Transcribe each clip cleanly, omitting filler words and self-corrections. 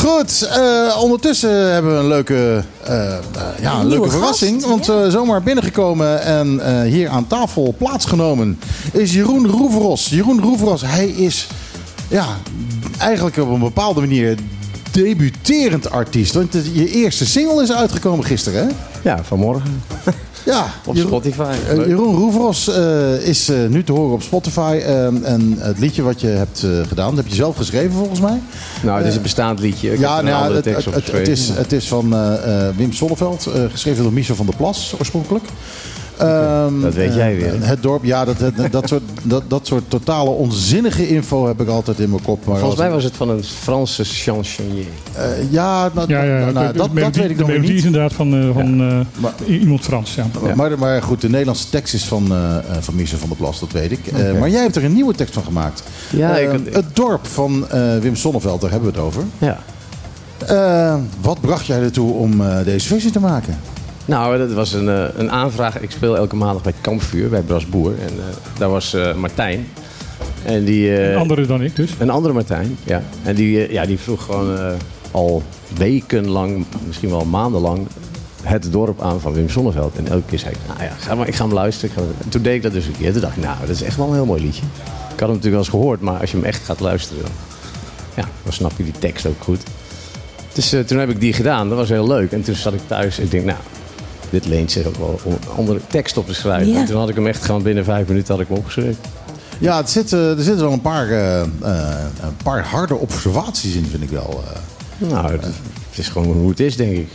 Goed, ondertussen hebben we een leuke verrassing. Gast, want zomaar binnengekomen en hier aan tafel plaatsgenomen is Jeroen Roeveros. Jeroen Roeveros, hij is eigenlijk op een bepaalde manier debuterend artiest. Want je eerste single is uitgekomen gisteren, hè? Ja, vanmorgen. Ja, op Spotify. Jeroen Roeveros is nu te horen op Spotify. En het liedje wat je hebt gedaan, dat heb je zelf geschreven volgens mij. Nou, het is een bestaand liedje. Ik heb een andere tekst opgeschreven. Het is van Wim Sonneveld, geschreven door Michel van der Plas oorspronkelijk. Dat weet jij weer. Het dorp, ja, dat soort totale onzinnige info heb ik altijd in mijn kop. Maar volgens mij was het van een Franse chansonnier. Dat weet ik nog niet. De melodie is inderdaad van iemand Frans. Ja. Maar goed, de Nederlandse tekst is van Michel van der Plas, dat weet ik. Okay. Maar jij hebt er een nieuwe tekst van gemaakt. Ja, het dorp van Wim Sonneveld, daar hebben we het over. Ja. Wat bracht jij ertoe om deze versie te maken? Nou, dat was een aanvraag. Ik speel elke maandag bij het Kampvuur, bij Bras Boer. En daar was Martijn. En een andere dan ik dus? Een andere Martijn, ja. En die vroeg gewoon al wekenlang, misschien wel maandenlang, het dorp aan van Wim Sonneveld. En elke keer zei ik, ik ga hem luisteren. En toen deed ik dat dus een keer. Toen dacht ik, dat is echt wel een heel mooi liedje. Ik had hem natuurlijk wel eens gehoord, maar als je hem echt gaat luisteren, dan snap je die tekst ook goed. Dus toen heb ik die gedaan. Dat was heel leuk. En toen zat ik thuis en ik denk, dit leent zich ook wel om een andere tekst op te schrijven. Ja. En toen had ik hem echt gewoon binnen 5 minuten had ik hem opgeschreven. Ja, er zitten wel een paar harde observaties in, vind ik wel. Het is gewoon hoe het is, denk ik.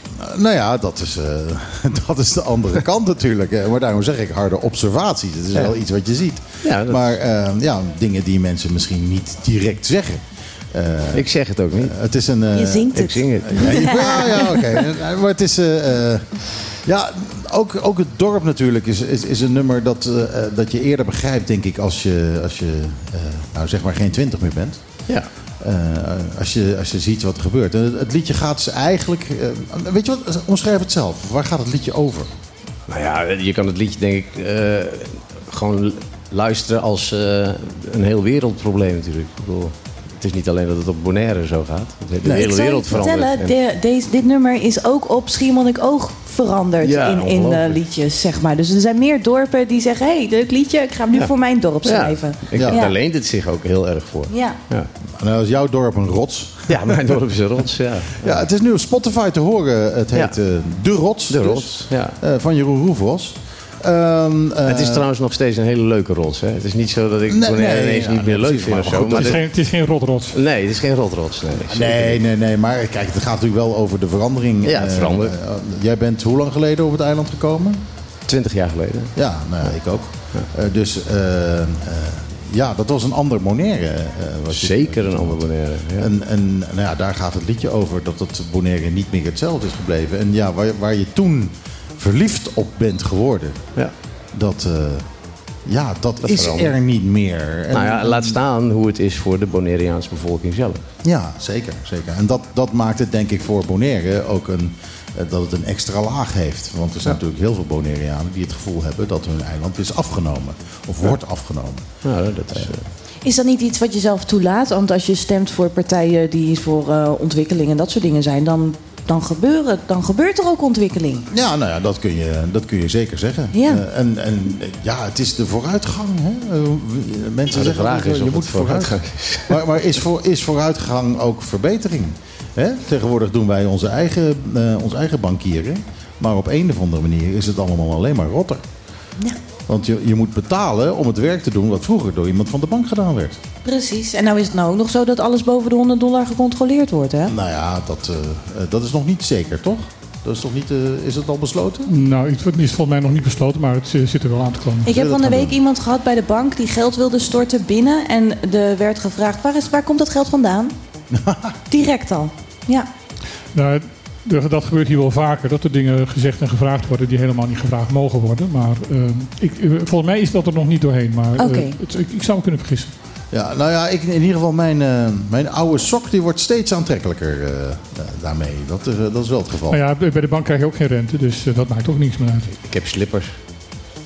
Dat is de andere kant natuurlijk. Maar daarom zeg ik harde observaties. Dat is wel iets wat je ziet. Ja, maar dingen die mensen misschien niet direct zeggen. Ik zeg het ook niet. Het is een, je zingt het. Ik zing het. Oké. Maar het is... ook het dorp natuurlijk is een nummer dat je eerder begrijpt, denk ik, als je zeg maar geen 20 meer bent. Ja. Als je ziet wat er gebeurt. En het liedje gaat dus eigenlijk... weet je wat? Omschrijf het zelf. Waar gaat het liedje over? Nou ja, je kan het liedje denk ik gewoon luisteren als een heel wereldprobleem natuurlijk. Ik bedoel, het is niet alleen dat het op Bonaire zo gaat. De hele wereld verandert. Dit nummer is ook op Schiermonnikoog veranderd in liedjes, zeg maar. Dus er zijn meer dorpen die zeggen, leuk liedje, ik ga hem nu voor mijn dorp schrijven. Daar leent het zich ook heel erg voor. Ja. Nou, is jouw dorp een rots? Ja, mijn dorp is een rots, ja. Ja, het is nu op Spotify te horen. Het heet De Rots. De Rots, van Jeroen Roeveros. Het is trouwens nog steeds een hele leuke rots. Hè? Het is niet zo dat ik ineens niet meer leuk vind of zo. Maar het is geen rotrots. Nee, het is geen rotrots. Nee. Maar kijk, het gaat natuurlijk wel over de verandering. Ja, het verandert. Jij bent hoe lang geleden op het eiland gekomen? 20 jaar geleden. Ja, ik ook. Ja. Dat was een ander Bonaire. Zeker een ander Bonaire. Ja. En daar gaat het liedje over dat het Bonaire niet meer hetzelfde is gebleven. En waar je toen verliefd op bent geworden. Ja. Dat is verandert. Er niet meer. Laat staan hoe het is voor de Bonaireaanse bevolking zelf. Ja, zeker. En dat maakt het denk ik voor Bonaire ook dat het een extra laag heeft. Want er zijn natuurlijk heel veel Bonaireanen die het gevoel hebben dat hun eiland is afgenomen. Of wordt afgenomen. Ja, dat is... Is dat niet iets wat je zelf toelaat? Want als je stemt voor partijen die voor ontwikkeling en dat soort dingen zijn, dan gebeurt er ook ontwikkeling. Ja, dat kun je zeker zeggen. Ja. Het is de vooruitgang. Hè? Mensen zeggen vraag is je moet vooruitgang. Maar is vooruitgang ook verbetering? Hè? Tegenwoordig doen wij onze eigen bankieren. Maar op een of andere manier is het allemaal alleen maar rotter. Ja. Want je moet betalen om het werk te doen wat vroeger door iemand van de bank gedaan werd. Precies. En nou is het nou ook nog zo dat alles boven de $100 gecontroleerd wordt, hè? Nou ja, dat is nog niet zeker, toch? Dat is toch niet... is het al besloten? Nou, het is volgens mij nog niet besloten, maar het zit er wel aan te komen. Ik heb van de week iemand gehad bij de bank die geld wilde storten binnen. En er werd gevraagd, waar komt dat geld vandaan? Direct al. Ja. Nou, dat gebeurt hier wel vaker, dat er dingen gezegd en gevraagd worden die helemaal niet gevraagd mogen worden. Maar volgens mij is dat er nog niet doorheen. Maar ik zou me kunnen vergissen. Ja, in ieder geval mijn oude sok die wordt steeds aantrekkelijker daarmee. Dat is wel het geval. Nou ja, bij de bank krijg je ook geen rente, dus dat maakt ook niets meer uit. Ik heb slippers.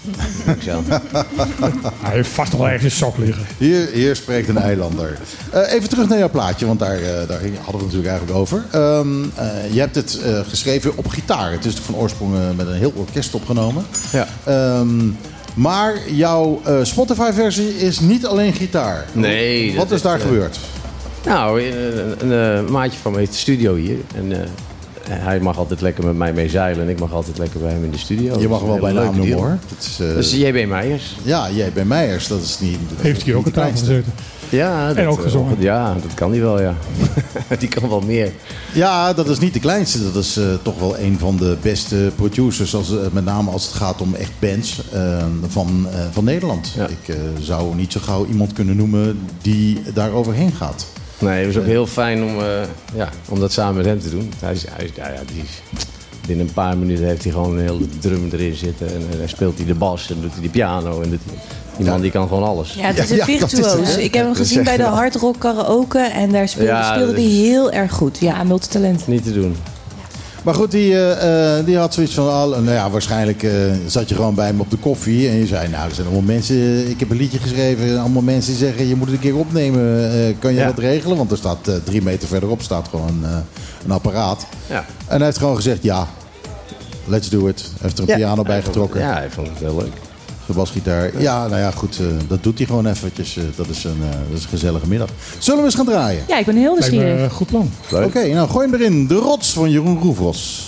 Hij heeft vast al ergens een sok liggen. Hier spreekt een eilander. Even terug naar jouw plaatje, want daar hadden we het natuurlijk eigenlijk over. Je hebt het geschreven op gitaar. Het is van oorsprong met een heel orkest opgenomen. Ja. Maar jouw Spotify-versie is niet alleen gitaar. Nee. Wat is daar gebeurd? Nou, een maatje van me heeft de studio hier. En hij mag altijd lekker met mij mee zeilen en ik mag altijd lekker bij hem in de studio. Je mag hem wel bij naam noemen, hoor. Dat is J.B. Meijers. Ja, J.B. Meijers. Dat is niet. Heeft hij ook aan tafel gezeten? Ja, en ook gezongen. Ja, dat kan hij wel, ja. Die kan wel meer. Ja, dat is niet de kleinste. Dat is toch wel een van de beste producers. Met name als het gaat om echt bands van Nederland. Ja. Ik zou niet zo gauw iemand kunnen noemen die daar overheen gaat. Nee, het is ook heel fijn om dat samen met hem te doen. Binnen een paar minuten heeft hij gewoon een hele drum erin zitten. En dan speelt hij de bas en doet hij de piano. En die man die kan gewoon alles. Ja, het is een virtuoos. Ik heb hem gezien bij de Hard Rock Karaoke. En daar speelde hij heel erg goed. Ja, multitalent. Niet te doen. Maar goed, die had zoiets van... waarschijnlijk zat je gewoon bij hem op de koffie. En je zei, nou, er zijn allemaal mensen... Ik heb een liedje geschreven. Allemaal mensen die zeggen, je moet het een keer opnemen. Kan je dat regelen? Want er staat 3 meter verderop staat gewoon een apparaat. Ja. En hij heeft gewoon gezegd, ja, let's do it. Hij heeft er een piano bij getrokken. Ja, hij vond het heel leuk. De basgitaar. Ja, nou ja, goed. Dat doet hij gewoon eventjes. Dat is een gezellige middag. Zullen we eens gaan draaien? Ja, ik ben heel nieuwsgierig. Goed plan. Oké, nou gooi hem erin. De Rots van Jeroen Roefros.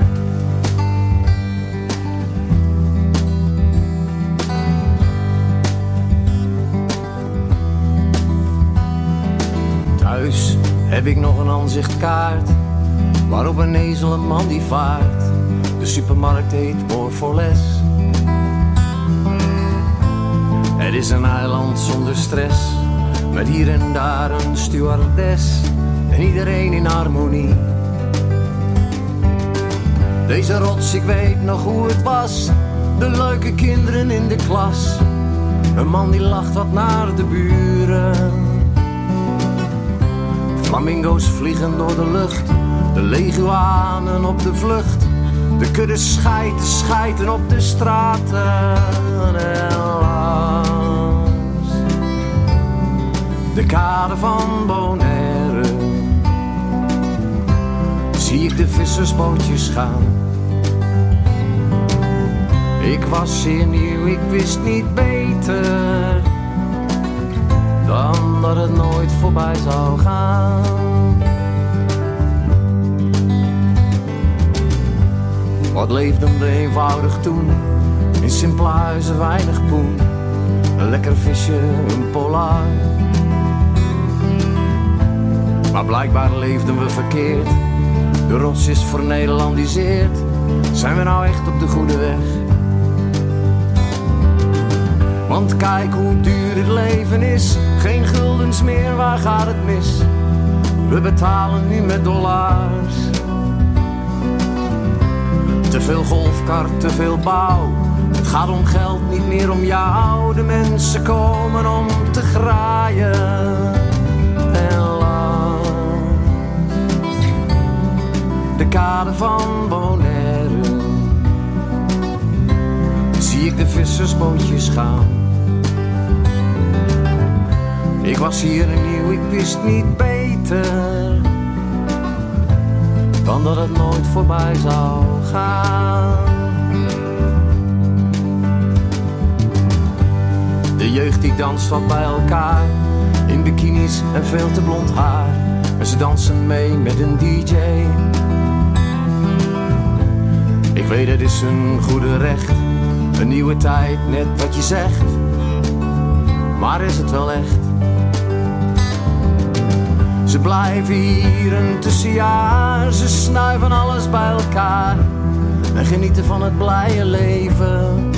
Thuis heb ik nog een aanzichtkaart waarop een ezel een man die vaart. De supermarkt heet More for Less. Het is een eiland zonder stress, met hier en daar een stewardess en iedereen in harmonie. Deze rots, ik weet nog hoe het was, de leuke kinderen in de klas. Een man die lacht wat naar de buren. Flamingo's vliegen door de lucht, de leguanen op de vlucht. De kudde schijten op de straten en langs de kade van Bonaire zie ik de vissersbootjes gaan. Ik was zeer nieuw, ik wist niet beter dan dat het nooit voorbij zou gaan. Wat leefden we eenvoudig toen, in simpele huizen weinig poen. Een lekker visje, een polar. Maar blijkbaar leefden we verkeerd. De rots is vernederlandiseerd. Zijn we nou echt op de goede weg? Want kijk hoe duur het leven is. Geen guldens meer, waar gaat het mis? We betalen nu met dollars. Te veel golfkart, te veel bouw. Het gaat om geld, niet meer om jou. De mensen komen om te graaien. En langs de kade van Bonaire zie ik de vissersbootjes gaan. Ik was hier nieuw, ik wist niet beter dan dat het nooit voorbij zou gaan. De jeugd die danst wat bij elkaar, in bikinis en veel te blond haar. En ze dansen mee met een DJ. Ik weet het is een goede recht, een nieuwe tijd, net wat je zegt. Maar is het wel echt? Ze blijven hier een tussenjaar, ze snuiven alles bij elkaar en genieten van het blije leven.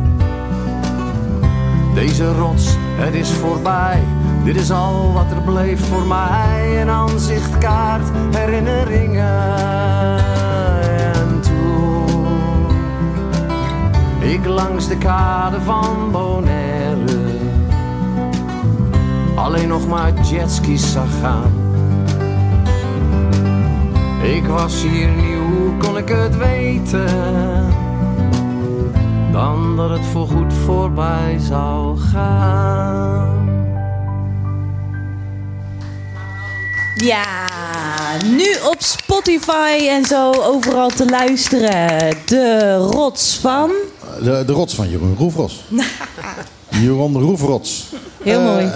Deze rots, het is voorbij, dit is al wat er bleef voor mij. Een aanzichtkaart, herinneringen. En toen ik langs de kade van Bonaire alleen nog maar jetskis zag gaan. Ik was hier nieuw, hoe kon ik het weten dan dat het voorgoed voorbij zou gaan. Ja, nu op Spotify en zo overal te luisteren. De rots van... De rots van Jeroen Roefros. Jeroen Roefrots. Heel mooi.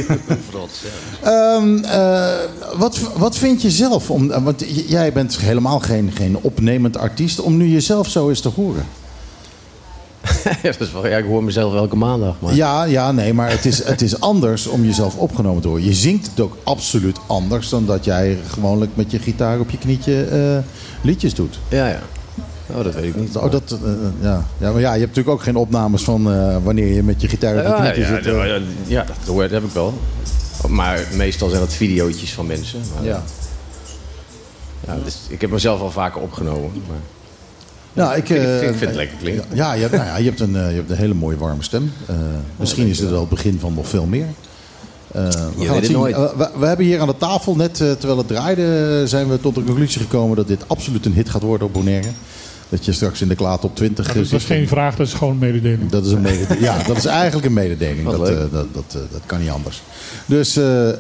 Wat vind je zelf? Want jij bent helemaal geen opnemend artiest. Om nu jezelf zo eens te horen. Dat is wel, ik hoor mezelf elke maandag. Maar... Nee, maar het is anders om jezelf opgenomen te horen. Je zingt het ook absoluut anders dan dat jij gewoonlijk met je gitaar op je knietje liedjes doet. Ja. Oh, dat weet ik niet. Maar je hebt natuurlijk ook geen opnames van wanneer je met je gitaar op je knietje zit. Dat heb ik wel. Maar meestal zijn dat videootjes van mensen. Maar, dus ik heb mezelf al vaker opgenomen. Maar... Nou, ik vind het lekker klinken. Ja, je hebt een hele mooie warme stem. Misschien is het wel het begin van nog veel meer. We gaan het zien. We hebben hier aan de tafel, net terwijl het draaide, zijn we tot de conclusie gekomen dat dit absoluut een hit gaat worden op Bonaire. Dat je straks in de Kla Top 20... dat is geen vraag, dat is gewoon een mededeling. Dat is een mededeling. Ja, dat is eigenlijk een mededeling. Dat kan niet anders. Dus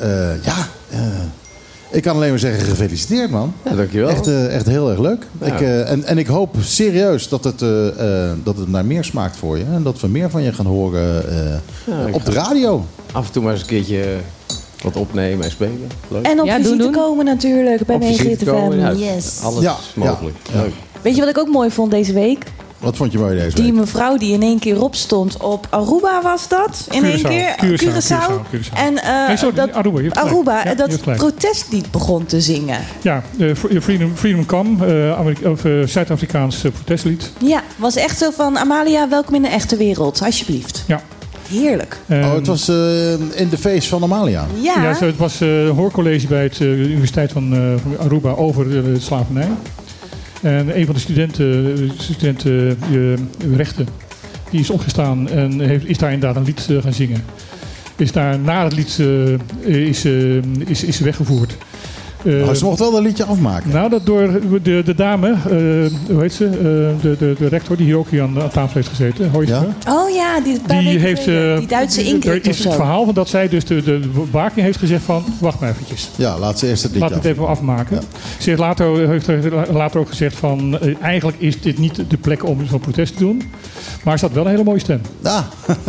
ik kan alleen maar zeggen gefeliciteerd, man. Ja, dankjewel. Echt heel erg leuk. Ja. Ik hoop serieus dat het naar meer smaakt voor je. En dat we meer van je gaan horen op de radio. Af en toe maar eens een keertje wat opnemen en spelen. Leuk. En op visite komen natuurlijk bij MeeGTFM. Ja, yes. Alles is mogelijk. Ja. Leuk. Weet je wat ik ook mooi vond deze week? Wat vond je mooi deze week? Die mevrouw die in één keer opstond op Aruba was dat? In één keer? Curaçao. En Aruba, dat protestlied begon te zingen. Ja, Freedom Come, Zuid-Afrikaans protestlied. Ja, was echt zo van Amalia, welkom in de echte wereld, alsjeblieft. Ja. Heerlijk. Het was in de feest van Amalia. Ja, het was een hoorcollege bij de Universiteit van Aruba over de slavernij. En een van de studenten rechten, die is opgestaan en is daar inderdaad een lied gaan zingen. Is daar na het lied is weggevoerd. Ze mocht wel een liedje afmaken. Nou, dat door de dame, hoe heet ze? De rector die hier ook aan tafel heeft gezeten. Hoor je ja? Oh ja, die heeft die Duitse Ingrid. Er is het verhaal van dat zij dus de bewaking heeft gezegd van, wacht maar eventjes. Ja, laat ze eerst het liedje Laat het even afmaken. Ja. Ze heeft later ook gezegd van, eigenlijk is dit niet de plek om zo'n protest te doen. Maar ze had wel een hele mooie stem. Ja.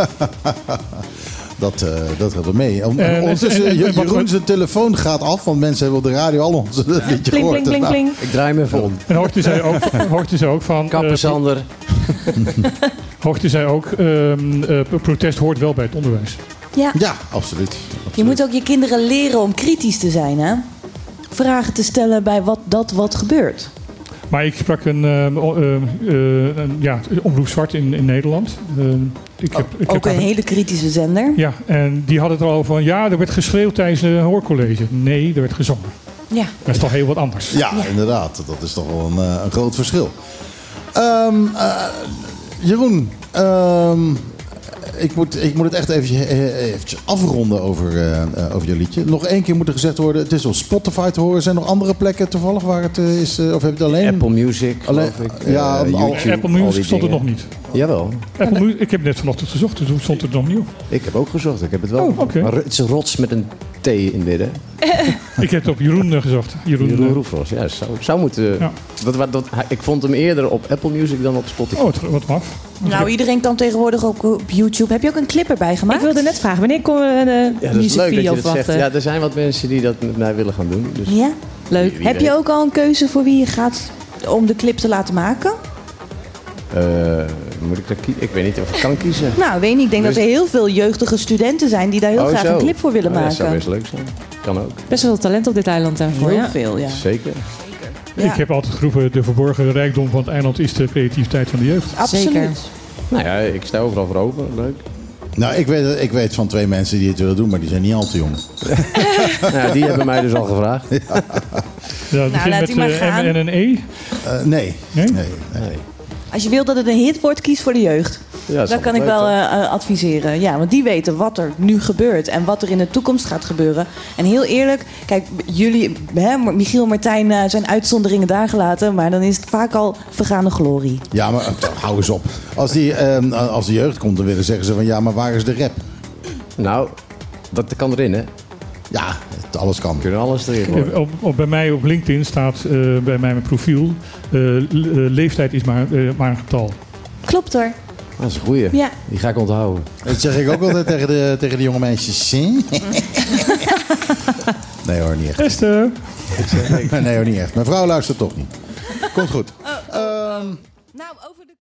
Dat gaat er mee. Ondertussen, Jeroen zijn telefoon gaat af, want mensen hebben op de radio al ons liedje gehoord. Pling, pling. Ik draai me even om. En hoorde zij ook van... Kappen, Sander. Hoorde zij ook, protest hoort wel bij het onderwijs. Ja, absoluut. Je moet ook je kinderen leren om kritisch te zijn, hè? Vragen te stellen bij wat gebeurt. Maar ik sprak een Omroep Zwart in Nederland. Ik heb een hele kritische zender. Ja, en die hadden het er al van... Ja, er werd geschreeuwd tijdens een hoorcollege. Nee, er werd gezongen. Ja. Dat is toch heel wat anders. Ja, inderdaad. Dat is toch wel een groot verschil. Jeroen, ik moet het echt eventjes afronden over je liedje. Nog één keer moet er gezegd worden, het is op Spotify te horen. Zijn er nog andere plekken toevallig waar het is? Of heb je het alleen? Apple Music, geloof ik. Ja, YouTube, Apple Music stond het nog niet. Jawel. Ik heb net vanochtend gezocht, dus stond het nog niet op. Ik heb ook gezocht, ik heb het wel. Oh, okay. Maar het is rots met een T in het midden. Ik heb het op Jeroen gezocht. Jeroen Roefros, ja. Zou moeten... Ja. Ik vond hem eerder op Apple Music dan op Spotify. Oh, wat maf. Nou, iedereen kan tegenwoordig ook op YouTube. Heb je ook een clip erbij gemaakt? Ik wilde net vragen, wanneer komen we de muziekvideo verwachten? Ja, er zijn wat mensen die dat met mij willen gaan doen. Dus ja, leuk. Heb je ook al een keuze voor wie je gaat om de clip te laten maken? Moet ik ik weet niet of ik kan kiezen. Nou, weet niet. Ik denk dat er heel veel jeugdige studenten zijn die daar heel graag een clip voor willen maken. Dat zou best leuk zijn. Kan ook. Best wel talent op dit eiland daarvoor. Heel veel, ja. Zeker. Ja. Ik heb altijd geroepen, de verborgen rijkdom van het eiland is de creativiteit van de jeugd. Absoluut. Zeker. Nou ja, ik sta overal voor open. Leuk. Nou, ik weet van 2 mensen die het willen doen, maar die zijn niet al te jong. Nou, die hebben mij dus al gevraagd. Ja. Ja, nou, laat die maar gaan. M en een E? Nee. Als je wilt dat het een hit wordt, kies voor de jeugd. Ja, dat kan ik wel adviseren. Ja, want die weten wat er nu gebeurt en wat er in de toekomst gaat gebeuren. En heel eerlijk, kijk, jullie, Michiel en Martijn zijn uitzonderingen daar gelaten, maar dan is het vaak al vergane glorie. Ja, maar hou eens op. Als de jeugd komt, dan willen zeggen ze van ja, maar waar is de rap? Nou, dat kan erin, hè? Ja, alles kan. Kunnen alles erin. Bij mij op LinkedIn staat bij mijn profiel, leeftijd is maar een getal. Klopt hoor. Dat is een goeie. Ja. Die ga ik onthouden. Dat zeg ik ook altijd tegen de jonge meisjes. Nee hoor, niet echt. Esther. Nee hoor, niet echt. Mijn vrouw luistert toch niet. Komt goed. Nou, over de...